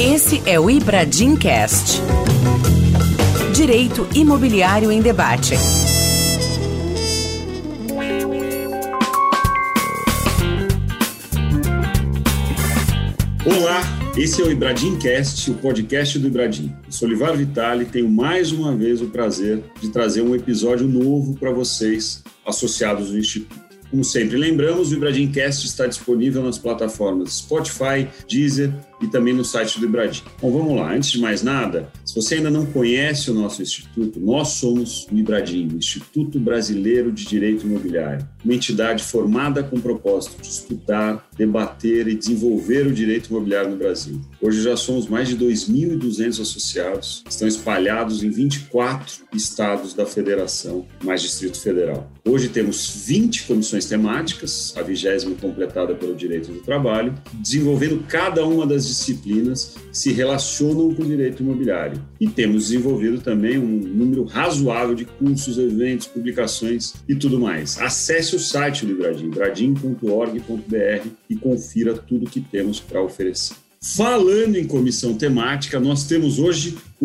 Esse é o IBRADINcast. Direito Imobiliário em Debate. Olá, esse é o IBRADINcast, o podcast do IBRADIN. Eu sou Olivar Vitali e tenho mais uma vez o prazer de trazer um episódio novo para vocês associados ao Instituto. Como sempre lembramos, o IBRADINcast está disponível nas plataformas Spotify, Deezer e também no site do IBRADIN. Bom, vamos lá. Antes de mais nada, se você ainda não conhece o nosso instituto, nós somos o IBRADIN, o Instituto Brasileiro de Direito Imobiliário, uma entidade formada com o propósito de estudar, debater e desenvolver o direito imobiliário no Brasil. Hoje já somos mais de 2.200 associados, estão espalhados em 24 estados da Federação, mais Distrito Federal. Hoje temos 20 comissões temáticas, a 20ª completada pelo Direito do Trabalho, desenvolvendo cada uma das disciplinas que se relacionam com o direito imobiliário. E temos desenvolvido também um número razoável de cursos, eventos, publicações e tudo mais. Acesse o site do IBRADIN, ibradin.org.br e confira tudo que temos para oferecer. Falando em comissão temática, nós temos hoje o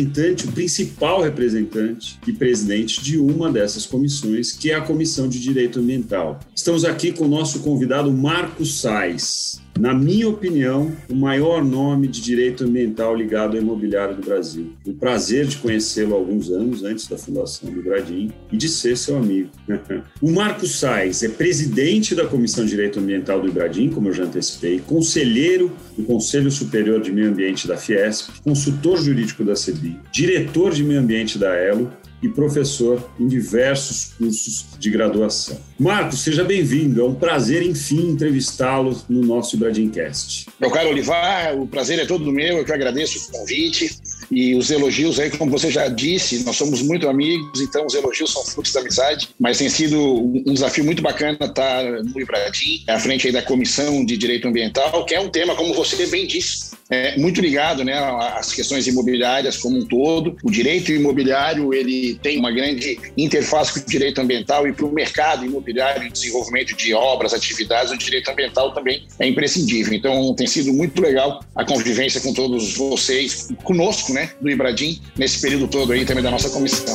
principal representante e presidente de uma dessas comissões, que é a Comissão de Direito Ambiental. Estamos aqui com o nosso convidado Marcos Sais, na minha opinião, o maior nome de direito ambiental ligado ao imobiliário do Brasil. O prazer de conhecê-lo há alguns anos, antes da fundação do IBRADIN, e de ser seu amigo. O Marcos Sais é presidente da Comissão de Direito Ambiental do IBRADIN, como eu já antecipei, conselheiro do Conselho Superior de Meio Ambiente da Fiesp, consultor jurídico da CEBI, diretor de Meio Ambiente da ELO e professor em diversos cursos de graduação. Marcos, seja bem-vindo. É um prazer, enfim, entrevistá-lo no nosso IBRADINcast. Meu caro Olivar, o prazer é todo meu. Eu que agradeço o convite e os elogios aí, como você já disse, nós somos muito amigos, então os elogios são frutos da amizade, mas tem sido um desafio muito bacana estar no IBRADIN, à frente aí da Comissão de Direito Ambiental, que é um tema, como você bem disse, muito ligado, né, às questões imobiliárias como um todo. O direito imobiliário, ele tem uma grande interface com o direito ambiental, e para o mercado imobiliário e desenvolvimento de obras, atividades, o direito ambiental também é imprescindível. Então tem sido muito legal a convivência com todos vocês, conosco, né, do IBRADIN, nesse período todo aí também da nossa comissão.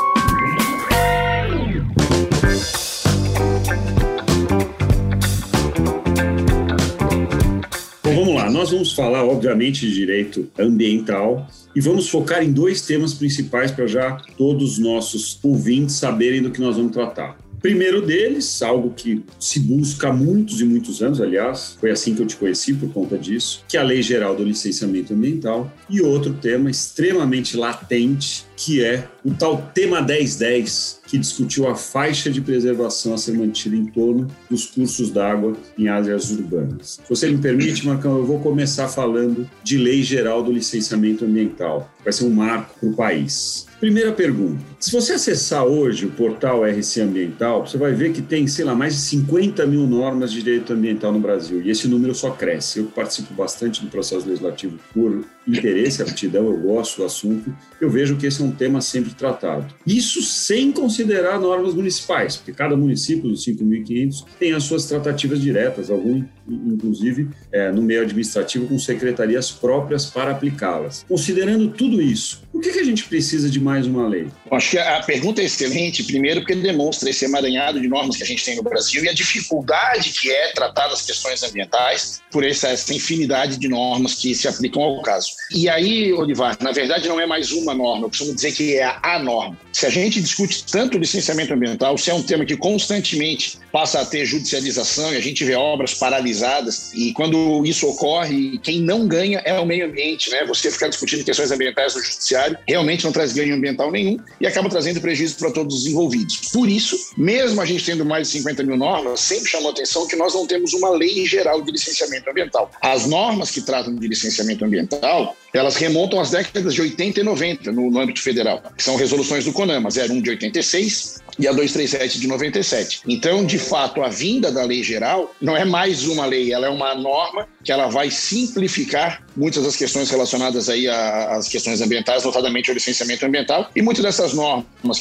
Bom, vamos lá. Nós vamos falar, obviamente, de direito ambiental e vamos focar em dois temas principais para já todos os nossos ouvintes saberem do que nós vamos tratar. Primeiro deles, algo que se busca há muitos e muitos anos, aliás, foi assim que eu te conheci por conta disso, que é a Lei Geral do Licenciamento Ambiental, e outro tema extremamente latente, que é o tal tema 1010, que discutiu a faixa de preservação a ser mantida em torno dos cursos d'água em áreas urbanas. Se você me permite, Marcão, eu vou começar falando de Lei Geral do Licenciamento Ambiental. Vai ser um marco para o país. Primeira pergunta. Se você acessar hoje o portal RC Ambiental, você vai ver que tem, mais de 50 mil normas de direito ambiental no Brasil. E esse número só cresce. Eu participo bastante do processo legislativo por interesse, aptidão, eu gosto do assunto. Eu vejo que esse é um tema sempre tratado. Isso sem considerar normas municipais, porque cada município dos 5.500 tem as suas tratativas diretas, algum, inclusive, no meio administrativo, com secretarias próprias para aplicá-las. Considerando tudo isso, por que a gente precisa de mais uma lei? Acho que a pergunta é excelente, primeiro porque demonstra esse emaranhado de normas que a gente tem no Brasil e a dificuldade que é tratar as questões ambientais por essa infinidade de normas que se aplicam ao caso. E aí, Olivar, na verdade não é mais uma norma, eu costumo dizer que é a norma. Se a gente discute tanto o licenciamento ambiental, se é um tema que constantemente passa a ter judicialização e a gente vê obras paralisadas, e quando isso ocorre, quem não ganha é o meio ambiente, né? Você ficar discutindo questões ambientais no judiciário realmente não traz ganho ambiental nenhum e acaba trazendo prejuízo para todos os envolvidos. Por isso, mesmo a gente tendo mais de 50 mil normas, sempre chamou a atenção que nós não temos uma lei geral de licenciamento ambiental. As normas que tratam de licenciamento ambiental, elas remontam às décadas de 80 e 90 no âmbito federal, que são resoluções do CONAMA, 01 de 86 e a 237 de 97. Então, de fato, a vinda da lei geral não é mais uma lei, ela é uma norma que ela vai simplificar muitas das questões relacionadas aí às questões ambientais, notadamente ao licenciamento ambiental, e muitas dessas normas que acabam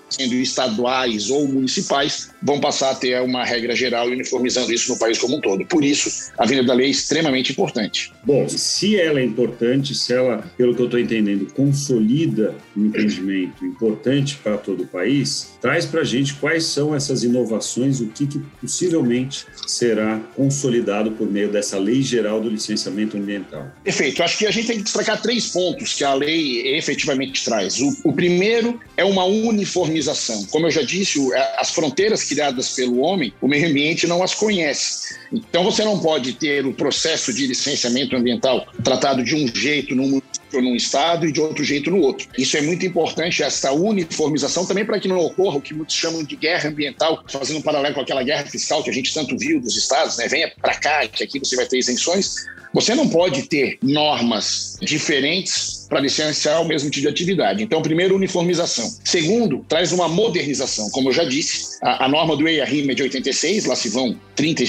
sendo estaduais ou municipais, vão passar a ter uma regra geral e uniformizando isso no país como um todo. Por isso, a vinda da lei é extremamente importante. Bom, se ela é importante, se ela, pelo que eu estou entendendo, consolida um entendimento importante para todo o país, traz para a gente quais são essas inovações, o que possivelmente será consolidado por meio dessa Lei Geral do Licenciamento Ambiental. Perfeito. Acho que a gente tem que destacar 3 pontos que a lei efetivamente traz. O primeiro é uma uniformização. Como eu já disse, as fronteiras criadas pelo homem, o meio ambiente não as conhece. Então, você não pode ter o processo de licenciamento ambiental tratado de um jeito num município ou num estado e de outro jeito no outro. Isso é muito importante, essa uniformização, também para que não ocorra o que muitos chamam de guerra ambiental, fazendo um paralelo com aquela guerra fiscal que a gente tanto viu dos estados, né? Venha para cá, que aqui você vai ter isenções. Você não pode ter normas diferentes para licenciar o mesmo tipo de atividade. Então, primeiro, uniformização. Segundo, traz uma modernização. Como eu já disse, a norma do EIA-RIMA é de 86, lá se vão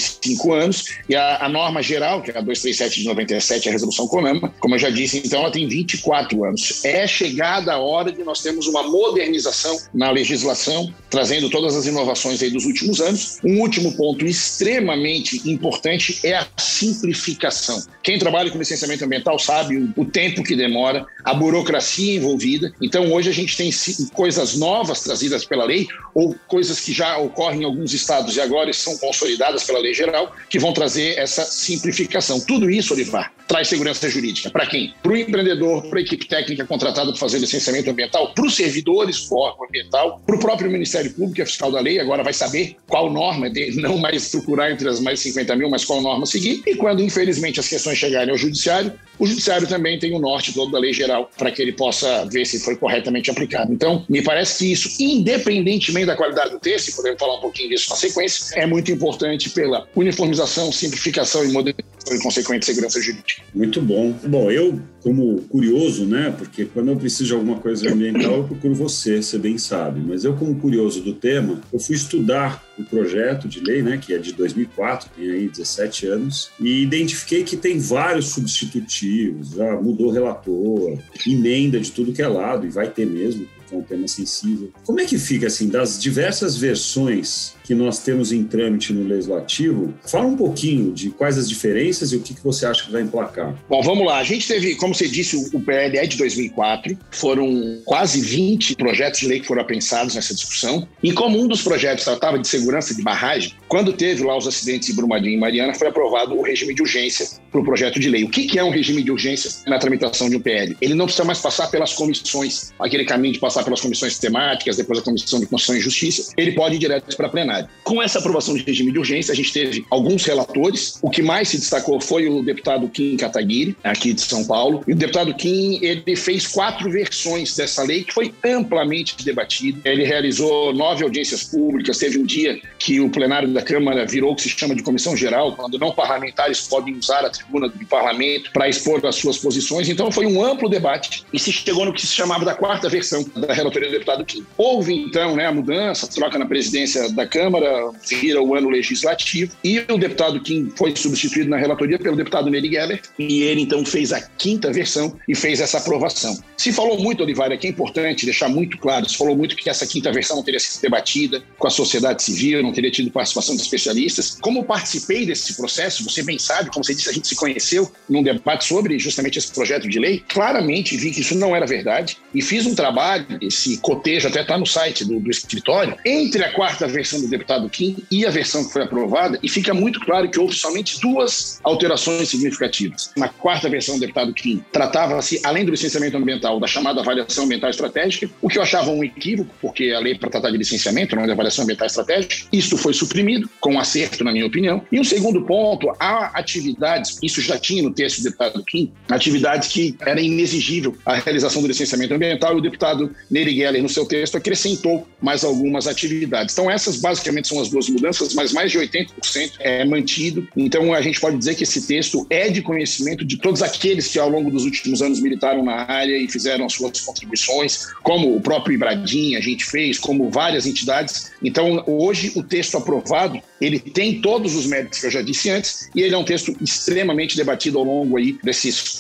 35 anos, e a norma geral, que é a 237 de 97, a resolução CONAMA, como eu já disse, então ela tem 24 anos. É chegada a hora de nós termos uma modernização na legislação, trazendo todas as inovações aí dos últimos anos. Um último ponto extremamente importante é a simplificação. Quem trabalha com licenciamento ambiental sabe o tempo que demora, a burocracia envolvida. Então, hoje a gente tem coisas novas trazidas pela lei ou coisas que já ocorrem em alguns estados e agora são consolidadas pela lei geral, que vão trazer essa simplificação. Tudo isso, Olivar, traz segurança jurídica. Para quem? Para o empreendedor, para a equipe técnica contratada para fazer licenciamento ambiental, para os servidores do órgão ambiental, para o próprio Ministério Público, que é fiscal da lei, agora vai saber qual norma, não mais procurar entre as mais 50 mil, mas qual norma seguir. E quando, infelizmente, as questões chegarem ao judiciário, o judiciário também tem o norte todo da lei geral para que ele possa ver se foi corretamente aplicado. Então, me parece que isso, independentemente da qualidade do texto, e podemos falar um pouquinho disso na sequência, é muito importante pela uniformização, simplificação e modernização e consequente segurança jurídica. Muito bom. Bom, eu, como curioso, né, porque quando eu preciso de alguma coisa ambiental, eu procuro você bem sabe, mas eu, como curioso do tema, eu fui estudar o projeto de lei, né, que é de 2004, tem aí 17 anos, e identifiquei que tem vários substitutivos, já mudou relator, emenda de tudo que é lado, e vai ter mesmo, porque é um tema sensível. Como é que fica, assim, das diversas versões que nós temos em trâmite no Legislativo? Fala um pouquinho de quais as diferenças e o que você acha que vai emplacar. Bom, vamos lá. A gente teve, como você disse, o PL é de 2004. Foram quase 20 projetos de lei que foram apensados nessa discussão. E como um dos projetos tratava de segurança de barragem, quando teve lá os acidentes em Brumadinho e Mariana, foi aprovado o regime de urgência para o projeto de lei. O que é um regime de urgência na tramitação de um PL? Ele não precisa mais passar pelas comissões, aquele caminho de passar pelas comissões temáticas, depois a Comissão de Constituição e Justiça. Ele pode ir direto para a plenária. Com essa aprovação de regime de urgência, a gente teve alguns relatores. O que mais se destacou foi o deputado Kim Kataguiri, aqui de São Paulo. E o deputado Kim, ele fez 4 versões dessa lei, que foi amplamente debatida. Ele realizou 9 audiências públicas. Teve um dia que o plenário da Câmara virou o que se chama de comissão geral, quando não parlamentares podem usar a tribuna do parlamento para expor as suas posições. Então, foi um amplo debate e se chegou no que se chamava da 4ª versão da relatoria do deputado Kim. Houve, então, a mudança, troca na presidência da Câmara, vira o ano legislativo, e o deputado Kim foi substituído na relatoria pelo deputado Neri Geller, e ele, então, fez a 5ª versão e fez essa aprovação. Se falou muito, Olivar, aqui é importante deixar muito claro, se falou muito que essa 5ª versão não teria sido debatida com a sociedade civil, não teria tido participação de especialistas. Como eu participei desse processo, você bem sabe, como você disse, a gente se conheceu num debate sobre justamente esse projeto de lei, claramente vi que isso não era verdade, e fiz um trabalho, esse cotejo até está no site do escritório, entre a 4ª versão do deputado Kim e a versão que foi aprovada, e fica muito claro que houve somente 2 alterações significativas. Na 4ª versão do deputado Kim, tratava-se, além do licenciamento ambiental, da chamada avaliação ambiental estratégica, o que eu achava um equívoco, porque a lei para tratar de licenciamento não é de avaliação ambiental estratégica. Isto foi suprimido, com acerto, na minha opinião. E um segundo ponto, há atividades, isso já tinha no texto do deputado Kim, atividades que era inexigível a realização do licenciamento ambiental, e o deputado Neri Geller, no seu texto, acrescentou mais algumas atividades. Então, essas basicamente são as 2 mudanças, mas mais de 80% é mantido. Então, a gente pode dizer que esse texto é de conhecimento de todos aqueles que, ao longo dos últimos anos, militaram na área e fizeram as suas contribuições, como o próprio Ibradim a gente fez, como várias entidades. Então, hoje, o texto aprovado, ele tem todos os méritos que eu já disse antes, e ele é um texto extremamente extremamente debatido ao longo aí desses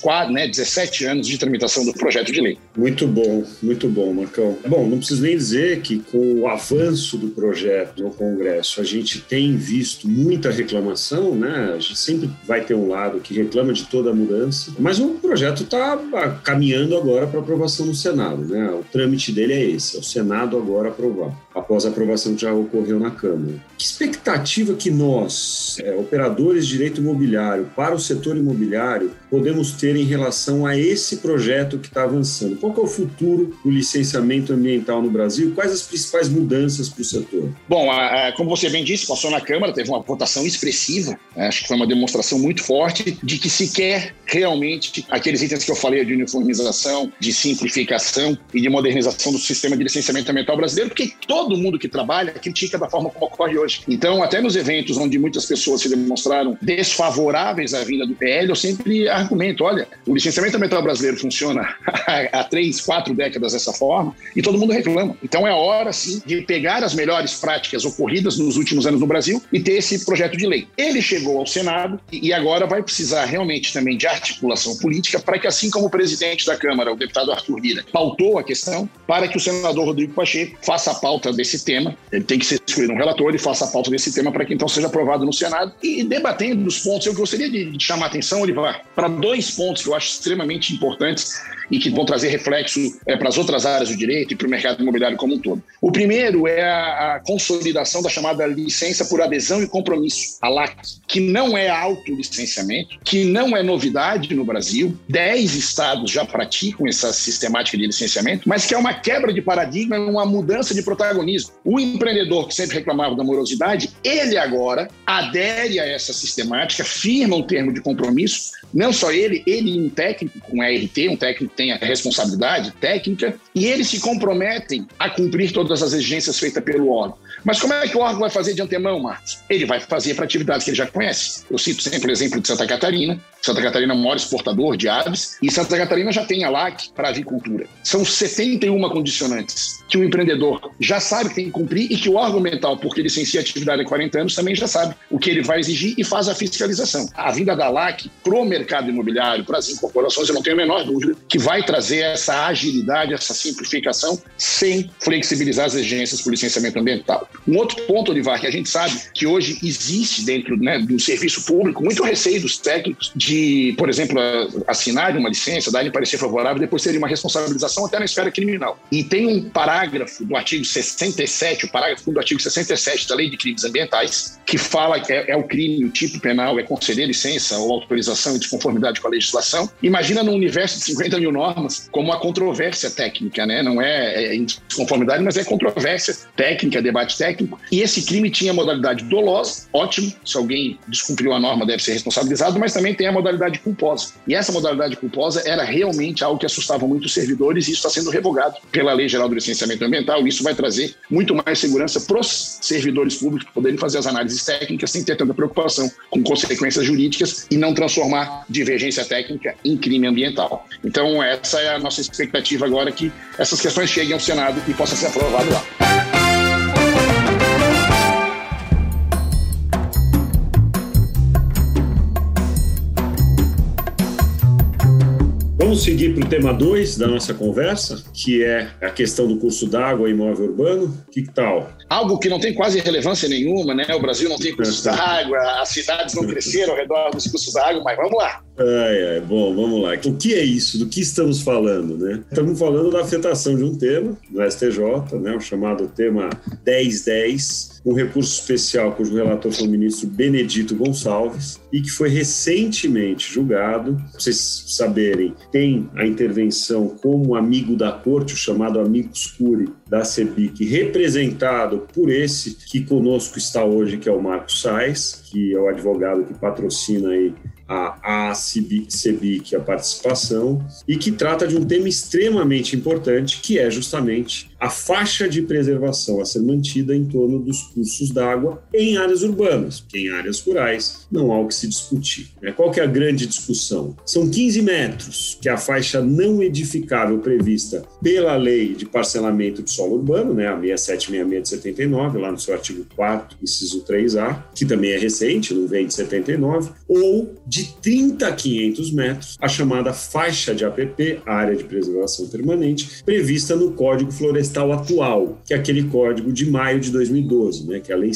17 anos de tramitação do projeto de lei. Muito bom, Marcão. Bom, não preciso nem dizer que com o avanço do projeto no Congresso, a gente tem visto muita reclamação, né? A gente sempre vai ter um lado que reclama de toda a mudança, mas o projeto está caminhando agora para aprovação no Senado, né? O trâmite dele é esse, é o Senado agora aprovar, após a aprovação que já ocorreu na Câmara. Que expectativa que nós, operadores de direito imobiliário, para o setor imobiliário, podemos ter em relação a esse projeto que está avançando? Qual que é o futuro do licenciamento ambiental no Brasil? Quais as principais mudanças para o setor? Bom, como você bem disse, passou na Câmara, teve uma votação expressiva, acho que foi uma demonstração muito forte de que se quer realmente aqueles itens que eu falei de uniformização, de simplificação e de modernização do sistema de licenciamento ambiental brasileiro, porque todo mundo que trabalha critica da forma como ocorre hoje. Então, até nos eventos onde muitas pessoas se demonstraram desfavoráveis à vinda do PL, eu sempre argumento, olha, o licenciamento ambiental brasileiro funciona há 3, 4 décadas dessa forma e todo mundo reclama. Então é hora, sim, de pegar as melhores práticas ocorridas nos últimos anos no Brasil e ter esse projeto de lei. Ele chegou ao Senado e agora vai precisar realmente também de articulação política para que, assim como o presidente da Câmara, o deputado Arthur Lira, pautou a questão, para que o senador Rodrigo Pacheco faça a pauta desse tema. Ele tem que ser escolhido um relator e faça a pauta desse tema para que então seja aprovado no Senado. E debatendo os pontos, eu gostaria de chamar a atenção, Olivar, para 2 pontos que eu acho extremamente importantes e que vão trazer reflexo para as outras áreas do direito e para o mercado imobiliário como um todo. O primeiro é a consolidação da chamada licença por adesão e compromisso, a LAC, que não é autolicenciamento, que não é novidade no Brasil. 10 estados já praticam essa sistemática de licenciamento, mas que é uma quebra de paradigma, uma mudança de protagonismo. O empreendedor que sempre reclamava da morosidade, ele agora adere a essa sistemática, firma um termo de compromisso, não só ele e um técnico com ART, um técnico que tem a responsabilidade técnica, e eles se comprometem a cumprir todas as exigências feitas pelo órgão. Mas como é que o órgão vai fazer de antemão, Marcos? Ele vai fazer para atividades que ele já conhece. Eu cito sempre o exemplo de Santa Catarina. Santa Catarina é o maior exportador de aves e Santa Catarina já tem a LAC para a avicultura. São 71 condicionantes que o empreendedor já sabe que tem que cumprir e que o órgão ambiental, porque licencia a atividade há 40 anos, também já sabe o que ele vai exigir e faz a fiscalização. A vinda da LAC para o mercado imobiliário, para as incorporações, eu não tenho a menor dúvida que vai trazer essa agilidade, essa simplificação, sem flexibilizar as exigências por licenciamento ambiental. Um outro ponto, Olivar, que a gente sabe que hoje existe dentro do serviço público muito receio dos técnicos de, por exemplo, assinarem uma licença, darem parecer favorável, depois terem uma responsabilização até na esfera criminal. E tem um parágrafo do artigo 67, o parágrafo do artigo 67 da Lei de Crimes Ambientais, que fala que é o crime, o tipo penal é conceder licença ou autorização em desconformidade com a legislação. Imagina num universo de 50 mil normas como a controvérsia técnica, né? Não é em desconformidade, mas é controvérsia técnica, debate técnico. E esse crime tinha modalidade dolosa, ótimo, se alguém descumpriu a norma deve ser responsabilizado, mas também tem a modalidade culposa. E essa modalidade culposa era realmente algo que assustava muito os servidores e isso está sendo revogado pela Lei Geral do Licenciamento Ambiental. Isso vai trazer muito mais segurança para os servidores públicos poderem fazer as análises técnicas sem ter tanta preocupação com consequências jurídicas e não transformar divergência técnica em crime ambiental. Então, essa é a nossa expectativa agora, que essas questões cheguem ao Senado e possam ser aprovadas lá. Vamos seguir para o tema 2 da nossa conversa, que é a questão do curso d'água e imóvel urbano. Que tal? Algo que não tem quase relevância nenhuma, né? O Brasil não tem curso d'água, as cidades não cresceram ao redor dos cursos d'água, mas vamos lá. Bom, vamos lá. O que é isso? Do que estamos falando, né? Estamos falando da afetação de um tema do STJ, né? O chamado tema 1010, um recurso especial cujo relator foi o ministro Benedito Gonçalves e que foi recentemente julgado. Para vocês saberem, tem a intervenção como amigo da corte, o chamado amicus curiae da CEBIC, representado por esse que conosco está hoje, que é o Marcos Sais, que é o advogado que patrocina aí a CEBIC, a participação, e que trata de um tema extremamente importante, que é justamente a faixa de preservação a ser mantida em torno dos cursos d'água em áreas urbanas, porque em áreas rurais não há o que se discutir. Qual que é a grande discussão? São 15 metros, que é a faixa não edificável prevista pela Lei de Parcelamento de Solo Urbano, a 6766 de 79, lá no seu artigo 4º, inciso 3A, que também é recente, não vem de 79, ou de 30 a 500 metros, a chamada faixa de APP, Área de Preservação Permanente, prevista no Código Florestal atual, que é aquele código de maio de 2012, que é a Lei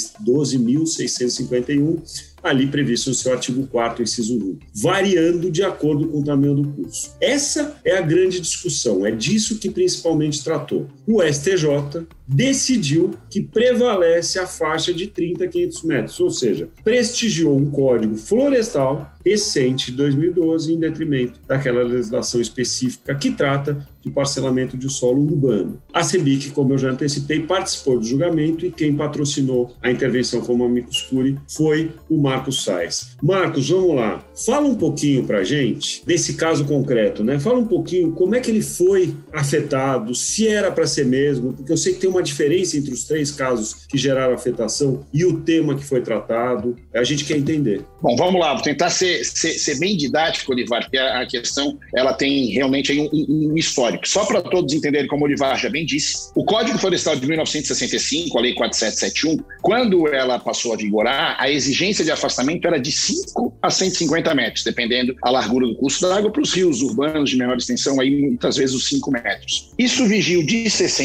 12.651, ali previsto no seu artigo 4º, inciso 1, variando de acordo com o tamanho do curso. Essa é a grande discussão, é disso que principalmente tratou. O STJ decidiu que prevalece a faixa de 30 a 500 metros, ou seja, prestigiou um código florestal recente de 2012 em detrimento daquela legislação específica que trata de parcelamento de solo urbano. A CEBIC, como eu já antecipei, participou do julgamento e quem patrocinou a intervenção como amicus curiae foi o Marcos Sais. Marcos, vamos lá. Fala um pouquinho para a gente desse caso concreto, Fala um pouquinho como é que ele foi afetado, se era para ser mesmo, porque eu sei que tem uma diferença entre os 3 casos que geraram afetação e o tema que foi tratado. A gente quer entender. Bom, vamos lá. Vou tentar ser bem didático, Olivar, porque a questão ela tem realmente aí um histórico. Só para todos entenderem, como o Olivar já bem disse, o Código Florestal de 1965, a Lei 4771, quando ela passou a vigorar, a exigência de afastamento era de 5 a 150 metros, dependendo a largura do curso d'água, para os rios urbanos de menor extensão, aí muitas vezes os 5 metros. Isso vigiu de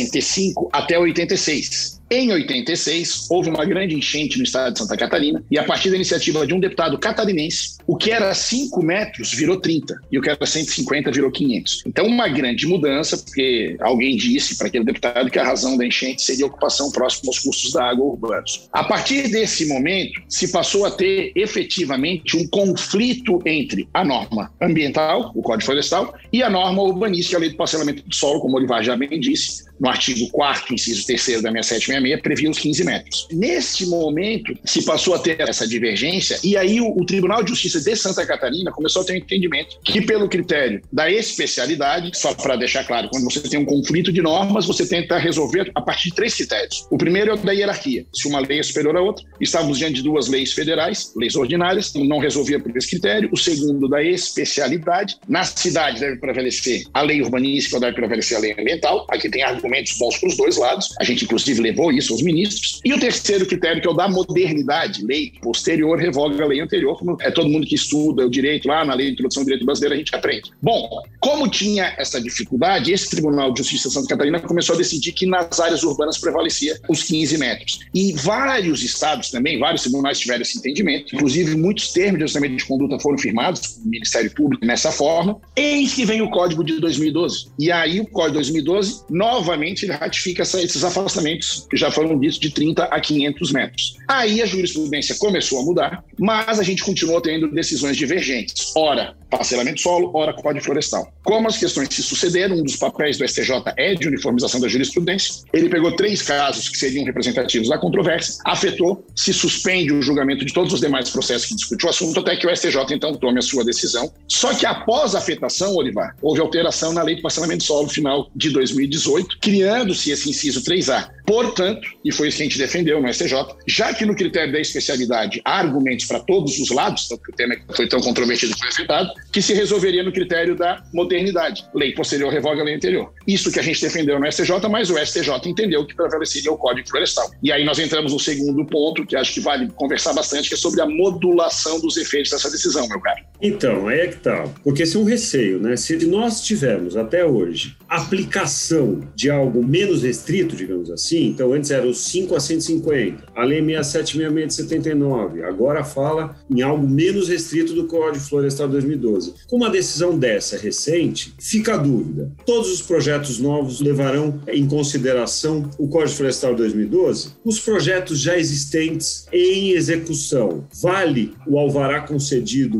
65 até 86. Em 86, houve uma grande enchente no estado de Santa Catarina e a partir da iniciativa de um deputado catarinense, o que era 5 metros virou 30 e o que era 150 virou 500. Então, uma grande mudança, porque alguém disse para aquele deputado que a razão da enchente seria a ocupação próxima aos cursos da água urbanos. A partir desse momento, se passou a ter efetivamente um conflito entre a norma ambiental, o Código Florestal, e a norma urbanística, a Lei do Parcelamento do Solo, como o Olivar já bem disse, no artigo 4º, inciso 3º da 6766, previa os 15 metros. Neste momento, se passou a ter essa divergência e aí o Tribunal de Justiça de Santa Catarina começou a ter um entendimento que, pelo critério da especialidade, só para deixar claro, quando você tem um conflito de normas, você tenta resolver a partir de 3 critérios. O primeiro é o da hierarquia. Se uma lei é superior à outra, estávamos diante de 2 leis federais, leis ordinárias, não resolvia por esse critério. O segundo, da especialidade. Na cidade deve prevalecer a lei urbanística ou deve prevalecer a lei ambiental. Aqui tem argumentos bons para os 2 lados. A gente, inclusive, levou isso aos ministros. E o terceiro critério, que é o da modernidade. Lei posterior revoga a lei anterior, como é todo mundo que estuda o direito lá na Lei de Introdução ao Direito Brasileiro, a gente aprende. Bom, como tinha essa dificuldade, esse Tribunal de Justiça de Santa Catarina começou a decidir que nas áreas urbanas prevalecia os 15 metros. E vários estados também, vários tribunais tiveram esse entendimento. Inclusive, muitos termos de ajustamento de conduta foram firmados pelo Ministério Público nessa forma. Eis que vem o Código de 2012. E aí, o Código de 2012, novamente, ele ratifica esses afastamentos que já foram ditos de 30 a 500 metros. Aí a jurisprudência começou a mudar, mas a gente continuou tendo decisões divergentes. Ora, parcelamento solo, ora Código Florestal. Como as questões se sucederam, um dos papéis do STJ é de uniformização da jurisprudência. Ele pegou 3 casos que seriam representativos da controvérsia, afetou, se suspende o julgamento de todos os demais processos que discutem o assunto, até que o STJ, então, tome a sua decisão. Só que após a afetação, Olivar, houve alteração na Lei de Parcelamento solo final de 2018, criando-se esse inciso 3A. Portanto, e foi isso que a gente defendeu no STJ, já que no critério da especialidade há argumentos para todos os lados, tanto que o tema foi tão controvertido e foi afetado, que se resolveria no critério da modernidade. Lei posterior revoga a lei anterior. Isso que a gente defendeu no STJ, mas o STJ entendeu que prevaleceria o Código Florestal. E aí nós entramos no segundo ponto, que acho que vale conversar bastante, que é sobre a modulação dos efeitos dessa decisão, meu caro. Então, aí é que tá. Porque esse é um receio, Se nós tivermos até hoje aplicação de algo menos restrito, digamos assim, então antes era os 5 a 150, a Lei 6766 de 79, agora fala em algo menos restrito do Código Florestal de 2012. Com uma decisão dessa recente, fica a dúvida. Todos os projetos novos levarão em consideração o Código Florestal de 2012? Os projetos já existentes em execução, vale o alvará concedido com base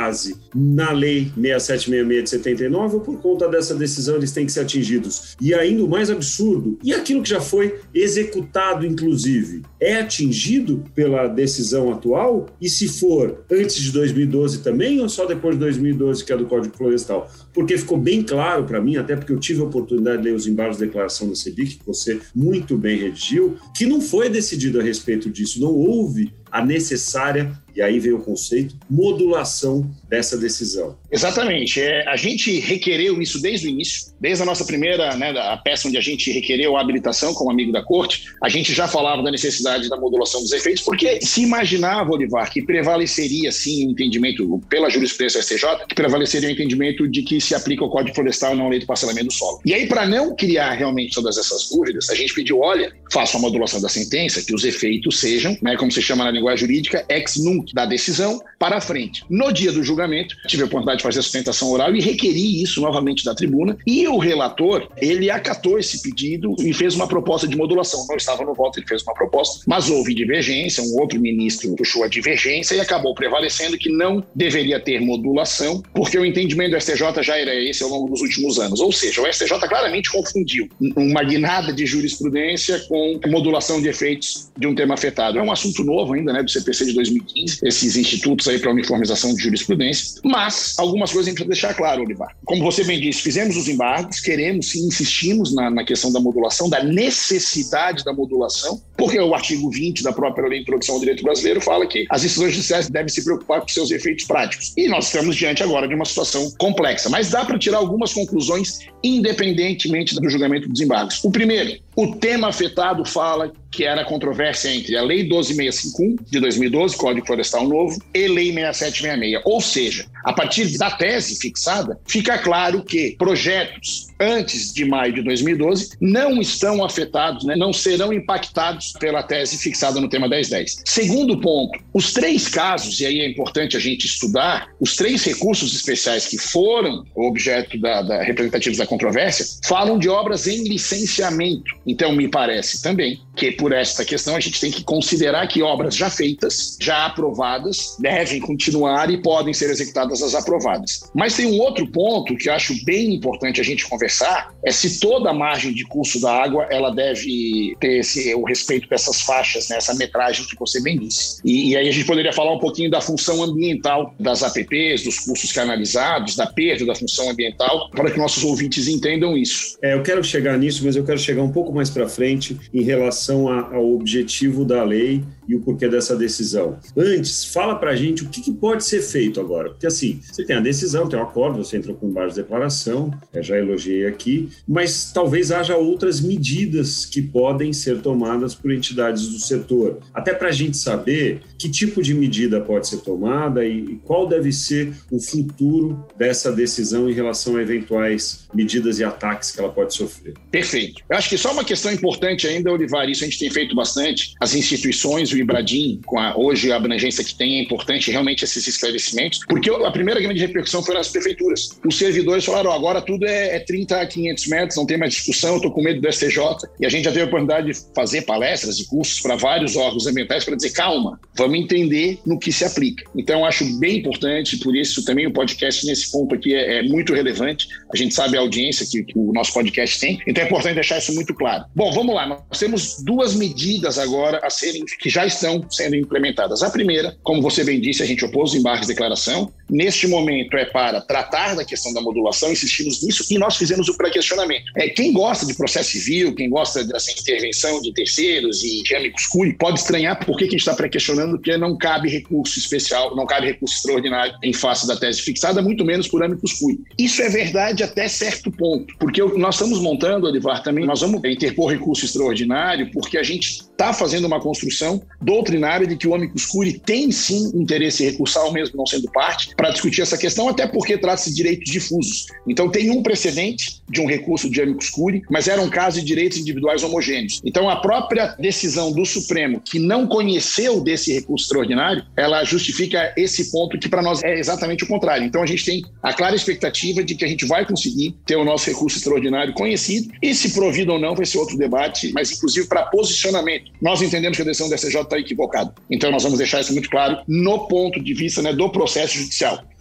base na Lei 6766 de 79 ou por conta dessa decisão eles têm que ser atingidos? E ainda o mais absurdo, e aquilo que já foi executado, inclusive, é atingido pela decisão atual? E se for antes de 2012 também ou só depois de 2012, que é do Código Florestal? Porque ficou bem claro para mim, até porque eu tive a oportunidade de ler os embargos de declaração da CEBIC, que você muito bem redigiu, que não foi decidido a respeito disso, não houve a necessária, e aí vem o conceito, modulação dessa decisão. Exatamente. A gente requereu isso desde o início, desde a nossa primeira, a peça onde a gente requereu a habilitação como amigo da corte, a gente já falava da necessidade da modulação dos efeitos, porque se imaginava, Olivar, que prevaleceria, sim, o entendimento, pela jurisprudência do STJ, que prevaleceria o entendimento de que se aplica o Código Florestal e não a lei do parcelamento do solo. E aí, para não criar realmente todas essas dúvidas, a gente pediu, olha, faça a modulação da sentença, que os efeitos sejam, como se chama na linguagem jurídica, ex nunc, da decisão para frente. No dia do julgamento, tive a oportunidade de fazer a sustentação oral e requeri isso novamente da tribuna, e o relator, ele acatou esse pedido e fez uma proposta de modulação. Não estava no voto, ele fez uma proposta, mas houve divergência, um outro ministro puxou a divergência e acabou prevalecendo que não deveria ter modulação, porque o entendimento do STJ já era esse ao longo dos últimos anos. Ou seja, o STJ claramente confundiu uma guinada de jurisprudência com modulação de efeitos de um tema afetado. É um assunto novo ainda, do CPC de 2015, esses institutos aí para uniformização de jurisprudência, mas algumas coisas a gente precisa deixar claro, Olivar. Como você bem disse, fizemos os embargos, queremos sim, insistimos na questão da modulação, da necessidade da modulação, porque o artigo 20 da própria Lei de Introdução ao Direito Brasileiro fala que as decisões judiciais devem se preocupar com seus efeitos práticos. E nós estamos diante agora de uma situação complexa, mas dá para tirar algumas conclusões independentemente do julgamento dos embargos. O primeiro, o tema afetado fala que era a controvérsia entre a Lei 12651 de 2012, Código Florestal Novo, e Lei 6766. Ou seja, a partir da tese fixada, fica claro que projetos antes de maio de 2012 não estão afetados, não serão impactados pela tese fixada no tema 1010. Segundo ponto, os três casos, e aí é importante a gente estudar, os três recursos especiais que foram objeto representativos da controvérsia, falam de obras em licenciamento. Então, me parece também que por esta questão a gente tem que considerar que obras já feitas, já aprovadas, devem continuar e podem ser executadas as aprovadas. Mas tem um outro ponto que eu acho bem importante a gente conversar, é se toda a margem de curso da água ela deve ter o respeito dessas faixas, essa metragem que você bem disse. E aí a gente poderia falar um pouquinho da função ambiental das APPs, dos cursos canalizados, da perda da função ambiental, para que nossos ouvintes entendam isso. Eu quero chegar nisso, mas eu quero chegar um pouco mais para frente em relação ao objetivo da lei e o porquê dessa decisão. Antes, fala para a gente o que pode ser feito agora. Porque assim, você tem a decisão, tem o acordo, você entrou com embargo de declaração, já elogiei aqui, mas talvez haja outras medidas que podem ser tomadas por entidades do setor. Até para a gente saber que tipo de medida pode ser tomada e qual deve ser o futuro dessa decisão em relação a eventuais medidas e ataques que ela pode sofrer. Perfeito. Eu acho que só uma questão importante ainda, Olivar, isso a gente tem feito bastante, as instituições, o IBRADIM, hoje a abrangência que tem, é importante realmente esses esclarecimentos, porque a primeira grande repercussão foi nas prefeituras. Os servidores falaram, agora tudo é 30 a 500 metros, não tem mais discussão, eu estou com medo do STJ, e a gente já teve a oportunidade de fazer palestras e cursos para vários órgãos ambientais para dizer, calma, vamos entender no que se aplica. Então, acho bem importante, por isso também o podcast nesse ponto aqui é muito relevante, a gente sabe a audiência que o nosso podcast tem, então é importante deixar isso muito claro. Bom, vamos lá, nós temos duas medidas agora que já estão sendo implementadas. A primeira, como você bem disse, a gente opôs os embargos de declaração. Neste momento é para tratar da questão da modulação, insistimos nisso e nós fizemos o pré-questionamento. Quem gosta de processo civil, quem gosta dessa intervenção de terceiros e de amicus curiae, pode estranhar por que a gente está pré-questionando, porque não cabe recurso especial, não cabe recurso extraordinário em face da tese fixada, muito menos por amicus curiae. Isso é verdade até certo ponto, porque nós estamos montando, Olivar, também, nós vamos interpor recurso extraordinário, porque a gente está fazendo uma construção doutrinária de que o amicus curiae tem sim interesse recursal, mesmo não sendo parte, para discutir essa questão, até porque trata-se de direitos difusos. Então tem um precedente de um recurso de amicus curiae, mas era um caso de direitos individuais homogêneos. Então a própria decisão do Supremo, que não conheceu desse recurso extraordinário, ela justifica esse ponto que para nós é exatamente o contrário. Então a gente tem a clara expectativa de que a gente vai conseguir ter o nosso recurso extraordinário conhecido, e se provido ou não vai ser outro debate, mas inclusive para posicionamento. Nós entendemos que a decisão da STJ está equivocada. Então nós vamos deixar isso muito claro no ponto de vista do processo judicial.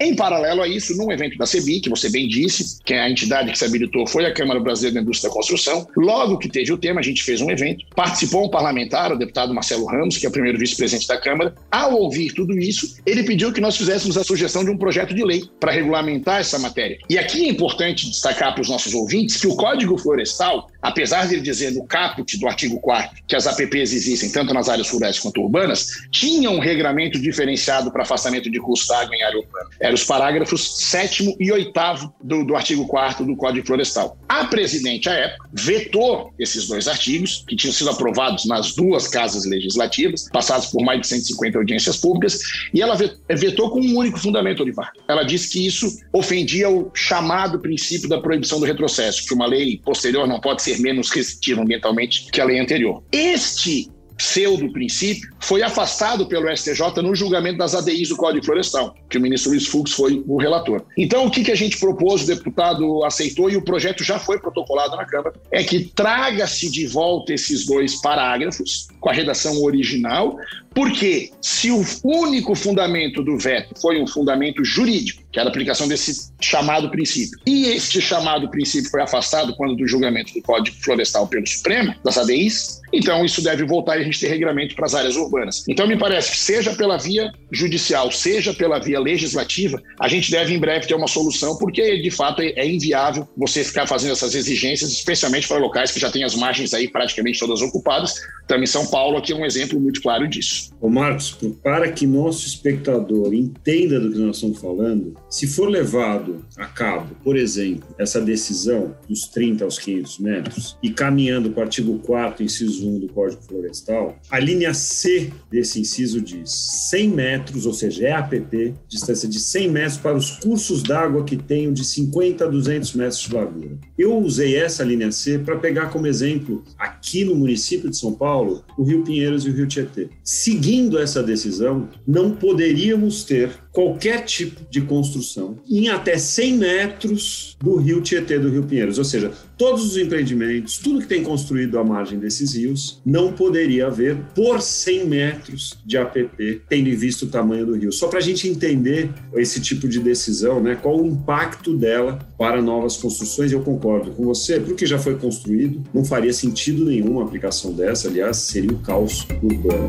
Em paralelo a isso, num evento da CEBI, que você bem disse, que a entidade que se habilitou foi a Câmara Brasileira da Indústria da Construção, logo que teve o tema, a gente fez um evento, participou um parlamentar, o deputado Marcelo Ramos, que é o primeiro vice-presidente da Câmara. Ao ouvir tudo isso, ele pediu que nós fizéssemos a sugestão de um projeto de lei para regulamentar essa matéria. E aqui é importante destacar para os nossos ouvintes que o Código Florestal, apesar de ele dizer no caput do artigo 4º que as APPs existem tanto nas áreas rurais quanto urbanas, tinha um regramento diferenciado para afastamento de custo da água em área urbana. Eram os parágrafos 7º e 8º do artigo 4º do Código Florestal. A presidente, à época, vetou esses dois artigos, que tinham sido aprovados nas duas casas legislativas, passados por mais de 150 audiências públicas, e ela vetou com um único fundamento, Olivar. Ela disse que isso ofendia o chamado princípio da proibição do retrocesso, que uma lei posterior não pode ser menos restritiva ambientalmente que a lei anterior. Este pseudo-princípio foi afastado pelo STJ no julgamento das ADIs do Código Florestal, que o ministro Luiz Fux foi o relator. Então, o que a gente propôs, o deputado aceitou e o projeto já foi protocolado na Câmara, é que traga-se de volta esses dois parágrafos com a redação original, porque se o único fundamento do veto foi um fundamento jurídico, que era a aplicação desse chamado princípio, e este chamado princípio foi afastado quando do julgamento do Código Florestal pelo Supremo, das ADIs, então isso deve voltar e a gente ter regramento para as áreas urbanas. Então me parece que seja pela via judicial, seja pela via legislativa, a gente deve em breve ter uma solução, porque de fato é inviável você ficar fazendo essas exigências, especialmente para locais que já têm as margens aí praticamente todas ocupadas. Também São Paulo aqui é um exemplo muito claro disso. Ô Marcos, para que nosso espectador entenda do que nós estamos falando, se for levado a cabo, por exemplo, essa decisão dos 30 aos 500 metros e caminhando para o artigo 4º, inciso 1 do Código Florestal, a linha C desse inciso diz 100 metros, ou seja, é APP, distância de 100 metros para os cursos d'água que tenham de 50 a 200 metros de largura. Eu usei essa linha C para pegar como exemplo, aqui no município de São Paulo, o Rio Pinheiros e o Rio Tietê. Seguindo essa decisão, não poderíamos ter qualquer tipo de construção em até 100 metros do Rio Tietê, do Rio Pinheiros. Ou seja, todos os empreendimentos, tudo que tem construído à margem desses rios, não poderia haver por 100 metros de APP, tendo em vista o tamanho do rio. Só para a gente entender esse tipo de decisão, né, qual o impacto dela para novas construções. Eu concordo com você, para o que já foi construído, não faria sentido nenhum a aplicação dessa, aliás, seria o caos urbano.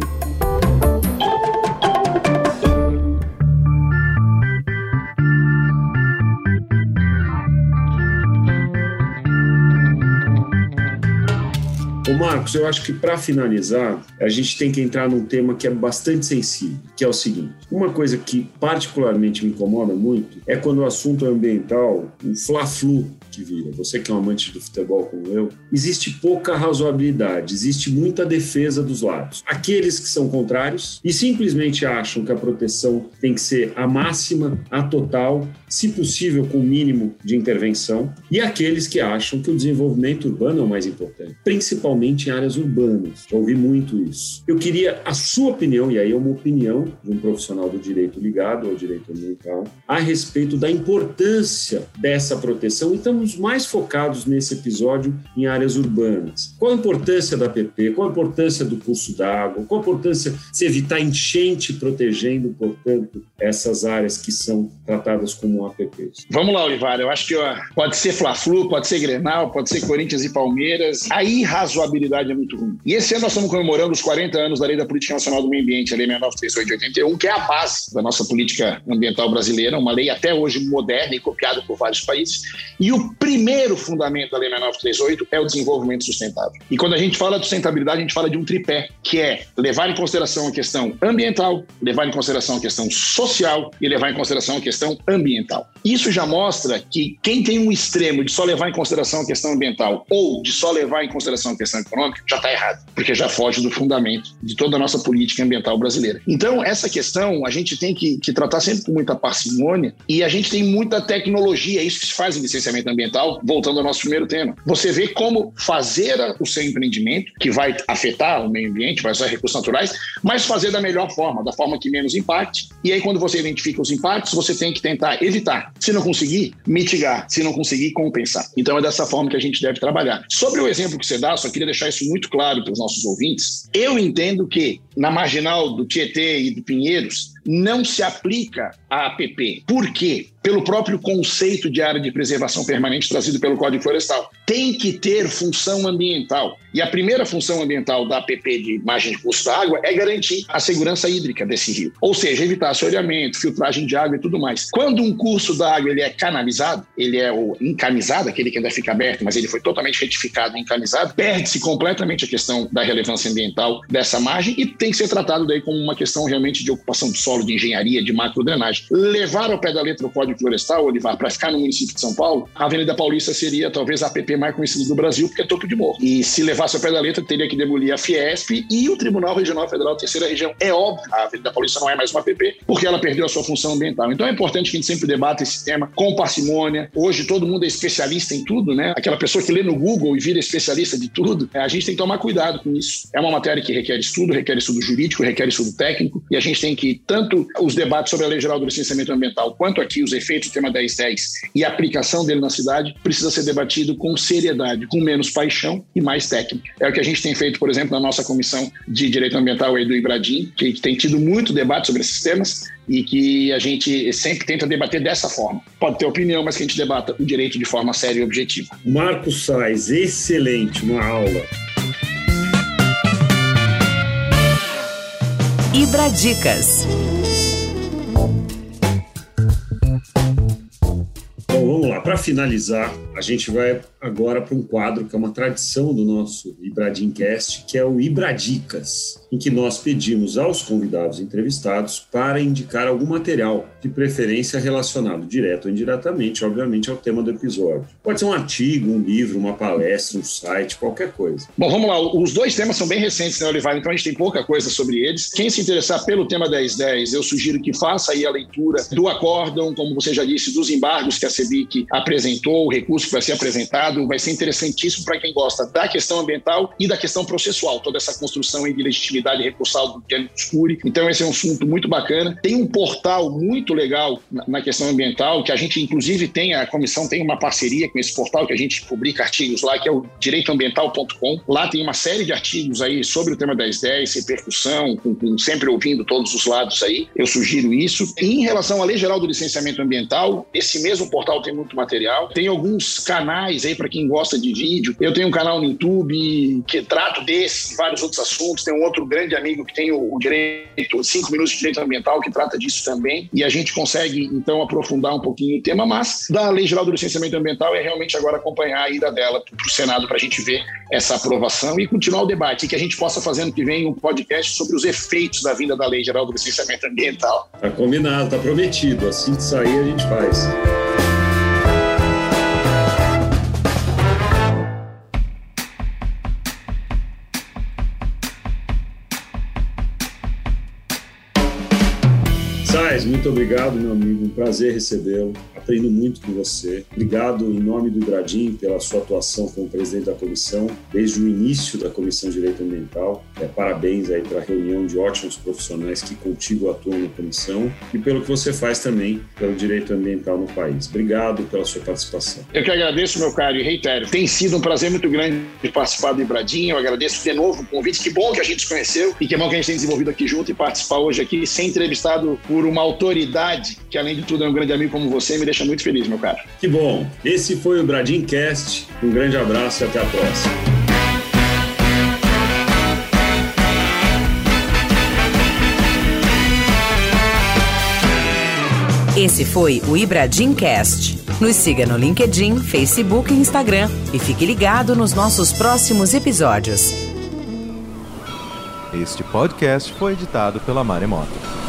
Ô Marcos, eu acho que para finalizar, a gente tem que entrar num tema que é bastante sensível, que é o seguinte: uma coisa que particularmente me incomoda muito é quando o assunto ambiental, um fla-flu que vira. Você que é um amante do futebol como eu, existe pouca razoabilidade, existe muita defesa dos lados. Aqueles que são contrários e simplesmente acham que a proteção tem que ser a máxima, a total, se possível com o mínimo de intervenção, e aqueles que acham que o desenvolvimento urbano é o mais importante, principalmente em áreas urbanas. Já ouvi muito isso. Eu queria a sua opinião, e aí é uma opinião de um profissional do direito ligado ao direito ambiental, a respeito da importância dessa proteção. Então, mais focados nesse episódio em áreas urbanas. Qual a importância da APP? Qual a importância do curso d'água? Qual a importância de se evitar enchente, protegendo, portanto, essas áreas que são tratadas como APPs? Vamos lá, Olivar. Eu acho que pode ser Fla-Flu, pode ser Grenal, pode ser Corinthians e Palmeiras. A irrazoabilidade é muito ruim. E esse ano nós estamos comemorando os 40 anos da Lei da Política Nacional do Meio Ambiente, a Lei 6938 de 81, que é a base da nossa política ambiental brasileira, uma lei até hoje moderna e copiada por vários países. E o primeiro fundamento da Lei 6938 é o desenvolvimento sustentável. E quando a gente fala de sustentabilidade, a gente fala de um tripé, que é levar em consideração a questão ambiental, levar em consideração a questão social e levar em consideração a questão ambiental. Isso já mostra que quem tem um extremo de só levar em consideração a questão ambiental ou de só levar em consideração a questão econômica, já está errado, porque já foge do fundamento de toda a nossa política ambiental brasileira. Então, essa questão a gente tem que tratar sempre com muita parcimônia, e a gente tem muita tecnologia, é isso que se faz em licenciamento ambiental, voltando ao nosso primeiro tema. Você vê como fazer o seu empreendimento, que vai afetar o meio ambiente, vai usar recursos naturais, mas fazer da melhor forma, da forma que menos impacte. E aí, quando você identifica os impactos, você tem que tentar evitar. Se não conseguir, mitigar. Se não conseguir, compensar. Então, é dessa forma que a gente deve trabalhar. Sobre o exemplo que você dá, só queria deixar isso muito claro para os nossos ouvintes. Eu entendo que, na marginal do Tietê e do Pinheiros, não se aplica à APP. Por quê? Pelo próprio conceito de área de preservação permanente trazido pelo Código Florestal. Tem que ter função ambiental. E a primeira função ambiental da APP de margem de curso da água é garantir a segurança hídrica desse rio. Ou seja, evitar assoreamento, filtragem de água e tudo mais. Quando um curso da água ele é canalizado, ele é o encanizado, aquele que ainda fica aberto, mas ele foi totalmente retificado e encanizado, perde-se completamente a questão da relevância ambiental dessa margem e tem que ser tratado daí como uma questão realmente de ocupação de solo, de engenharia, de macrodrenagem. Levar ao pé da letra o Código Florestal, Olivar, para ficar no município de São Paulo, a Avenida Paulista seria talvez a APP mais conhecida do Brasil, porque é topo de morro. E se levasse ao pé da letra, teria que demolir a Fiesp e o Tribunal Regional Federal Terceira Região. É óbvio, a Avenida Paulista não é mais uma APP, porque ela perdeu a sua função ambiental. Então é importante que a gente sempre debata esse tema com parcimônia. Hoje todo mundo é especialista em tudo, né? Aquela pessoa que lê no Google e vira especialista de tudo, a gente tem que tomar cuidado com isso. É uma matéria que requer estudo jurídico, requer estudo técnico, e a gente tem que, tanto os debates sobre a Lei Geral do Licenciamento Ambiental, quanto aqui os efeitos do tema 1010 e a aplicação dele na cidade, precisa ser debatido com seriedade, com menos paixão e mais técnica. É o que a gente tem feito, por exemplo, na nossa Comissão de Direito Ambiental aí do IBRADIM, que tem tido muito debate sobre esses temas e que a gente sempre tenta debater dessa forma. Pode ter opinião, mas que a gente debata o direito de forma séria e objetiva. Marcos Sais, excelente, uma aula. IBRADICAS. Bom, vamos lá. Para finalizar, a gente vai agora para um quadro que é uma tradição do nosso IBRADIMcast, que é o IBRADICAS, em que nós pedimos aos convidados entrevistados para indicar algum material, de preferência relacionado direto ou indiretamente, obviamente, ao tema do episódio. Pode ser um artigo, um livro, uma palestra, um site, qualquer coisa. Bom, vamos lá. Os dois temas são bem recentes, né, Olivar? Então a gente tem pouca coisa sobre eles. Quem se interessar pelo tema 1010, eu sugiro que faça aí a leitura do acórdão, como você já disse, dos embargos que a CEBIC apresentou, o recurso que vai ser apresentado. Vai ser interessantíssimo para quem gosta da questão ambiental e da questão processual, toda essa construção de legitimidade recursal do amicus curiae. Então esse é um assunto muito bacana. Tem um portal muito legal na questão ambiental, que a gente inclusive tem, a comissão tem uma parceria com esse portal, que a gente publica artigos lá, que é o direitoambiental.com. Lá tem uma série de artigos aí sobre o tema 1010, repercussão, sempre ouvindo todos os lados aí. Eu sugiro isso. E em relação à Lei Geral do Licenciamento Ambiental, esse mesmo portal tem muito material. Tem alguns canais aí para quem gosta de vídeo. Eu tenho um canal no YouTube que trato desse e vários outros assuntos. Tem um outro grande amigo que tem o direito, 5 minutos de direito ambiental, que trata disso também. E a gente consegue, então, aprofundar um pouquinho o tema, mas da Lei Geral do Licenciamento Ambiental é realmente agora acompanhar a ida dela para o Senado para a gente ver essa aprovação e continuar o debate, e que a gente possa fazer no que vem um podcast sobre os efeitos da vinda da Lei Geral do Licenciamento Ambiental. Tá combinado, tá prometido. Assim que sair, a gente faz. Sais, muito obrigado, meu amigo. Um prazer recebê-lo. Aprendo muito com você. Obrigado em nome do IBRADIM pela sua atuação como presidente da comissão, desde o início da Comissão de Direito Ambiental. Parabéns aí pela reunião de ótimos profissionais que contigo atuam na comissão e pelo que você faz também pelo direito ambiental no país. Obrigado pela sua participação. Eu que agradeço, meu caro, e reitero, tem sido um prazer muito grande participar do IBRADIM. Eu agradeço de novo o convite. Que bom que a gente se conheceu e que bom que a gente tem desenvolvido aqui junto e participar hoje aqui, ser entrevistado por uma autoridade que, além de tudo, é um grande amigo como você, me deixa muito feliz, meu caro. Que bom. Esse foi o IBRADIMcast. Um grande abraço e até a próxima. Esse foi o IBRADIMcast. Nos siga no LinkedIn, Facebook e Instagram e fique ligado nos nossos próximos episódios. Este podcast foi editado pela Maremoto.